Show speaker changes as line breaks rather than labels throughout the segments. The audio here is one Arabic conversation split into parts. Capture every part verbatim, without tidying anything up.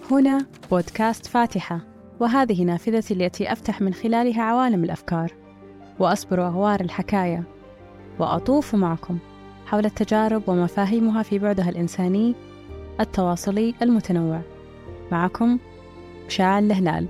هنا بودكاست فاتحة، وهذه نافذتي التي أفتح من خلالها عوالم الأفكار، وأصبر أغوار الحكاية، وأطوف معكم حول التجارب ومفاهيمها في بعدها الإنساني التواصلي المتنوع. معكم مشاعل الهلال.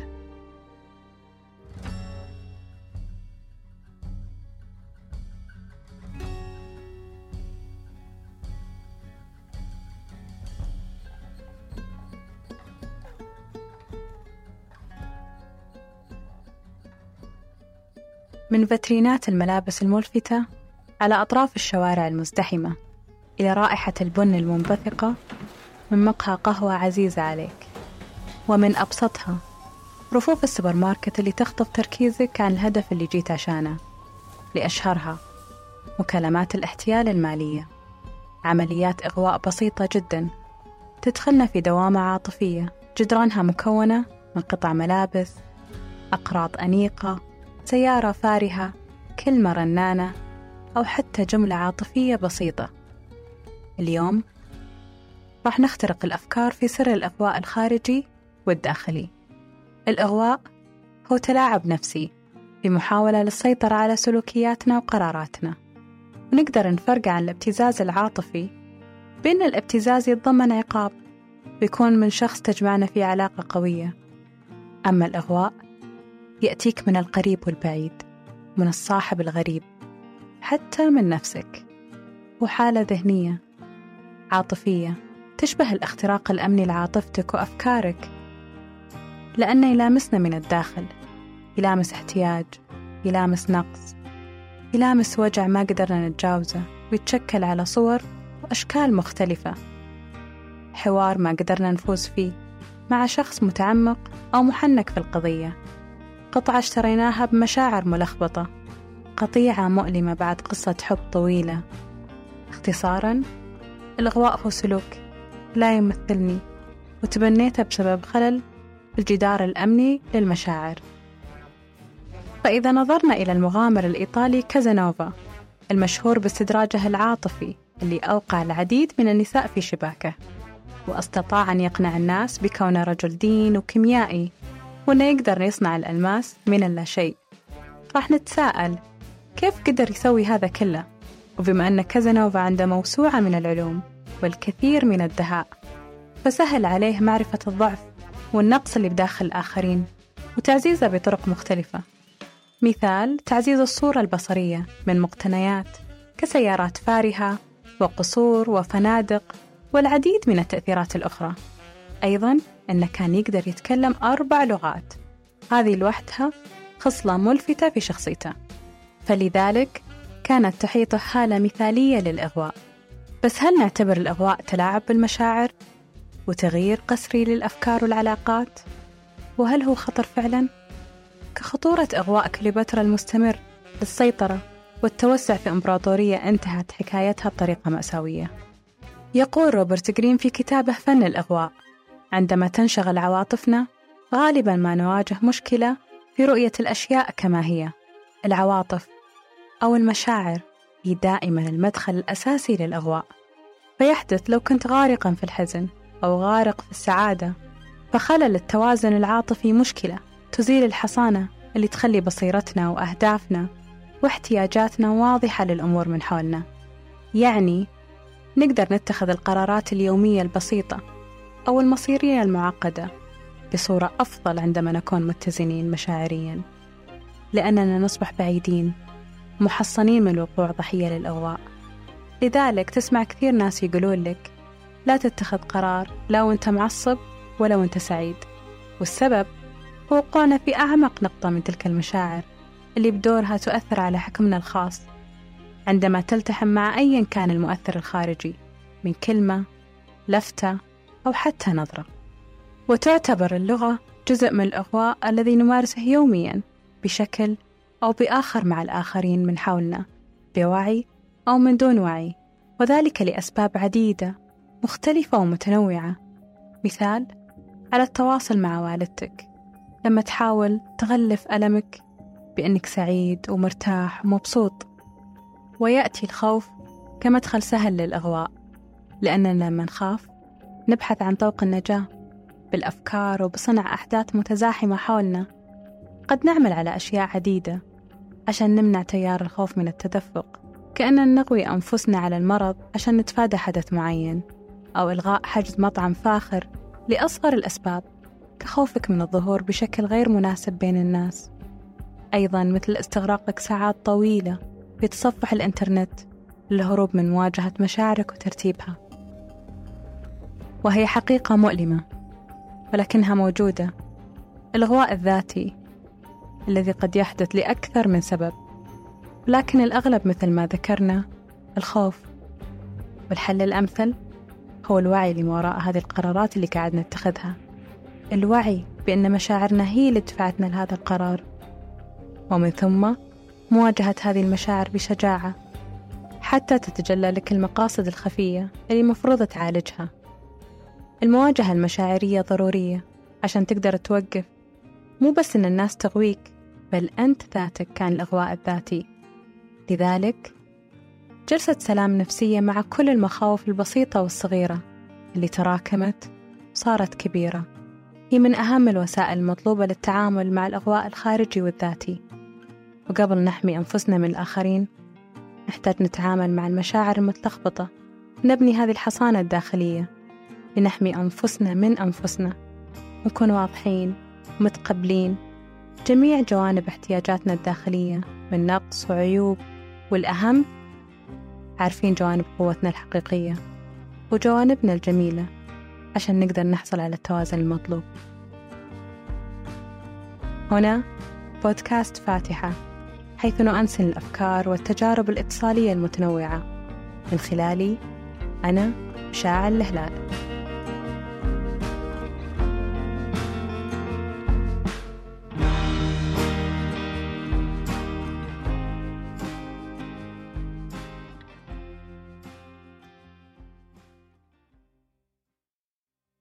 من فاترينات الملابس الملفتة على أطراف الشوارع المزدحمة إلى رائحة البن المنبثقة من مقهى قهوة عزيزة عليك، ومن أبسطها رفوف السوبر ماركت اللي تخطف تركيزك عن الهدف اللي جيت عشانه، لأشهرها مكالمات الاحتيال المالية، عمليات إغواء بسيطة جدا تدخلنا في دوامة عاطفية جدرانها مكونة من قطع ملابس، أقراط أنيقة، سيارة فارهة، كلمة رنانة، أو حتى جملة عاطفية بسيطة. اليوم راح نخترق الأفكار في سر الإغواء الخارجي والداخلي. الإغواء هو تلاعب نفسي في محاولة للسيطرة على سلوكياتنا وقراراتنا، ونقدر نفرق عن الابتزاز العاطفي بأن الابتزاز يتضمن عقاب بيكون من شخص تجمعنا في علاقة قوية، أما الإغواء يأتيك من القريب والبعيد، من الصاحب الغريب، حتى من نفسك، وحالة ذهنية عاطفية تشبه الاختراق الأمني لعاطفتك وأفكارك، لأنه يلامسنا من الداخل، يلامس احتياج، يلامس نقص، يلامس وجع ما قدرنا نتجاوزه، ويتشكل على صور وأشكال مختلفة. حوار ما قدرنا نفوز فيه مع شخص متعمق أو محنك في القضية، قطعة اشتريناها بمشاعر ملخبطة، قطيعة مؤلمة بعد قصة حب طويلة. اختصاراً، الإغواء هو سلوك لا يمثلني وتبنيته بسبب خلل الجدار الأمني للمشاعر. فإذا نظرنا إلى المغامر الإيطالي كازانوفا المشهور باستدراجه العاطفي اللي أوقع العديد من النساء في شباكه، واستطاع أن يقنع الناس بكونه رجل دين وكيميائي، وأنه يقدر يصنع الألماس من اللاشيء، راح نتساءل كيف قدر يسوي هذا كله؟ وبما أن كازانوفا عنده موسوعة من العلوم والكثير من الدهاء، فسهل عليه معرفة الضعف والنقص اللي بداخل الآخرين وتعزيزه بطرق مختلفة. مثال تعزيز الصورة البصرية من مقتنيات كسيارات فارهة وقصور وفنادق والعديد من التأثيرات الأخرى. أيضاً أنه كان يقدر يتكلم أربع لغات، هذه لوحدها خصلة ملفتة في شخصيته، فلذلك كانت تحيطه حالة مثالية للإغواء. بس هل نعتبر الإغواء تلاعب بالمشاعر وتغيير قسري للأفكار والعلاقات؟ وهل هو خطر فعلاً؟ كخطورة إغواء كليوباترا المستمر للسيطرة والتوسع في إمبراطورية انتهت حكايتها بطريقة مأساوية. يقول روبرت جرين في كتابه فن الإغواء: عندما تنشغل عواطفنا غالباً ما نواجه مشكلة في رؤية الأشياء كما هي. العواطف أو المشاعر هي دائماً المدخل الأساسي للإغواء، فيحدث لو كنت غارقاً في الحزن أو غارق في السعادة، فخلل التوازن العاطفي مشكلة تزيل الحصانة اللي تخلي بصيرتنا وأهدافنا واحتياجاتنا واضحة للأمور من حولنا. يعني نقدر نتخذ القرارات اليومية البسيطة أو المصيرية المعقدة بصورة أفضل عندما نكون متزنين مشاعرياً، لأننا نصبح بعيدين محصنين من الوقوع ضحية للإغواء. لذلك تسمع كثير ناس يقولون لك لا تتخذ قرار لا وانت معصب ولا وانت سعيد، والسبب هو وقوعنا في أعمق نقطة من تلك المشاعر اللي بدورها تؤثر على حكمنا الخاص عندما تلتحم مع أيا كان المؤثر الخارجي من كلمة، لفتة، أو حتى نظرة. وتعتبر اللغة جزء من الإغواء الذي نمارسه يوميا بشكل أو بآخر مع الآخرين من حولنا، بوعي أو من دون وعي، وذلك لأسباب عديدة مختلفة ومتنوعة. مثال على التواصل مع والدتك لما تحاول تغلف ألمك بأنك سعيد ومرتاح ومبسوط، ويأتي الخوف كمدخل سهل للإغواء، لأننا لما نخاف نبحث عن طوق النجاة بالأفكار وبصنع أحداث متزاحمة حولنا، قد نعمل على أشياء عديدة عشان نمنع تيار الخوف من التدفق، كأننا نغوي أنفسنا على المرض عشان نتفادى حدث معين، أو إلغاء حجز مطعم فاخر لأصغر الأسباب كخوفك من الظهور بشكل غير مناسب بين الناس. أيضاً مثل استغراقك ساعات طويلة في تصفح الإنترنت للهروب من مواجهة مشاعرك وترتيبها. وهي حقيقة مؤلمة ولكنها موجودة، الإغواء الذاتي الذي قد يحدث لأكثر من سبب، لكن الأغلب مثل ما ذكرنا الخوف. والحل الأمثل هو الوعي لما وراء هذه القرارات اللي قاعد نتخذها، الوعي بأن مشاعرنا هي اللي دفعتنا لهذا القرار، ومن ثم مواجهة هذه المشاعر بشجاعة حتى تتجلى لك المقاصد الخفية اللي مفروض تعالجها. المواجهة المشاعرية ضرورية عشان تقدر توقف مو بس إن الناس تغويك، بل أنت ذاتك كان الإغواء الذاتي. لذلك جلسة سلام نفسية مع كل المخاوف البسيطة والصغيرة اللي تراكمت وصارت كبيرة هي من أهم الوسائل المطلوبة للتعامل مع الإغواء الخارجي والذاتي. وقبل نحمي أنفسنا من الآخرين نحتاج نتعامل مع المشاعر المتلخبطة، نبني هذه الحصانة الداخلية لنحمي أنفسنا من أنفسنا، ونكون واضحين ومتقبلين جميع جوانب احتياجاتنا الداخلية من نقص وعيوب، والأهم عارفين جوانب قوتنا الحقيقية وجوانبنا الجميلة عشان نقدر نحصل على التوازن المطلوب. هنا بودكاست فاتحة، حيث نؤنسن الأفكار والتجارب الاتصالية المتنوعة من خلالي أنا شاعل الهلال.